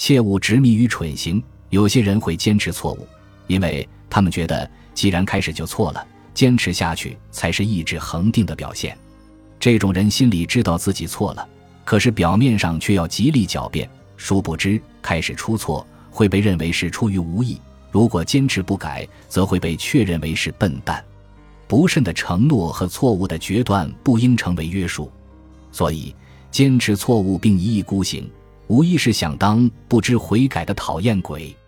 切勿执迷于蠢行。有些人会坚持错误，因为他们觉得既然开始就错了，坚持下去才是意志恒定的表现。这种人心里知道自己错了，可是表面上却要极力狡辩，殊不知开始出错会被认为是出于无意，如果坚持不改，则会被确认为是笨蛋。不慎的承诺和错误的决断不应成为约束，所以坚持错误并一意孤行，无疑是想当不知悔改的讨厌鬼。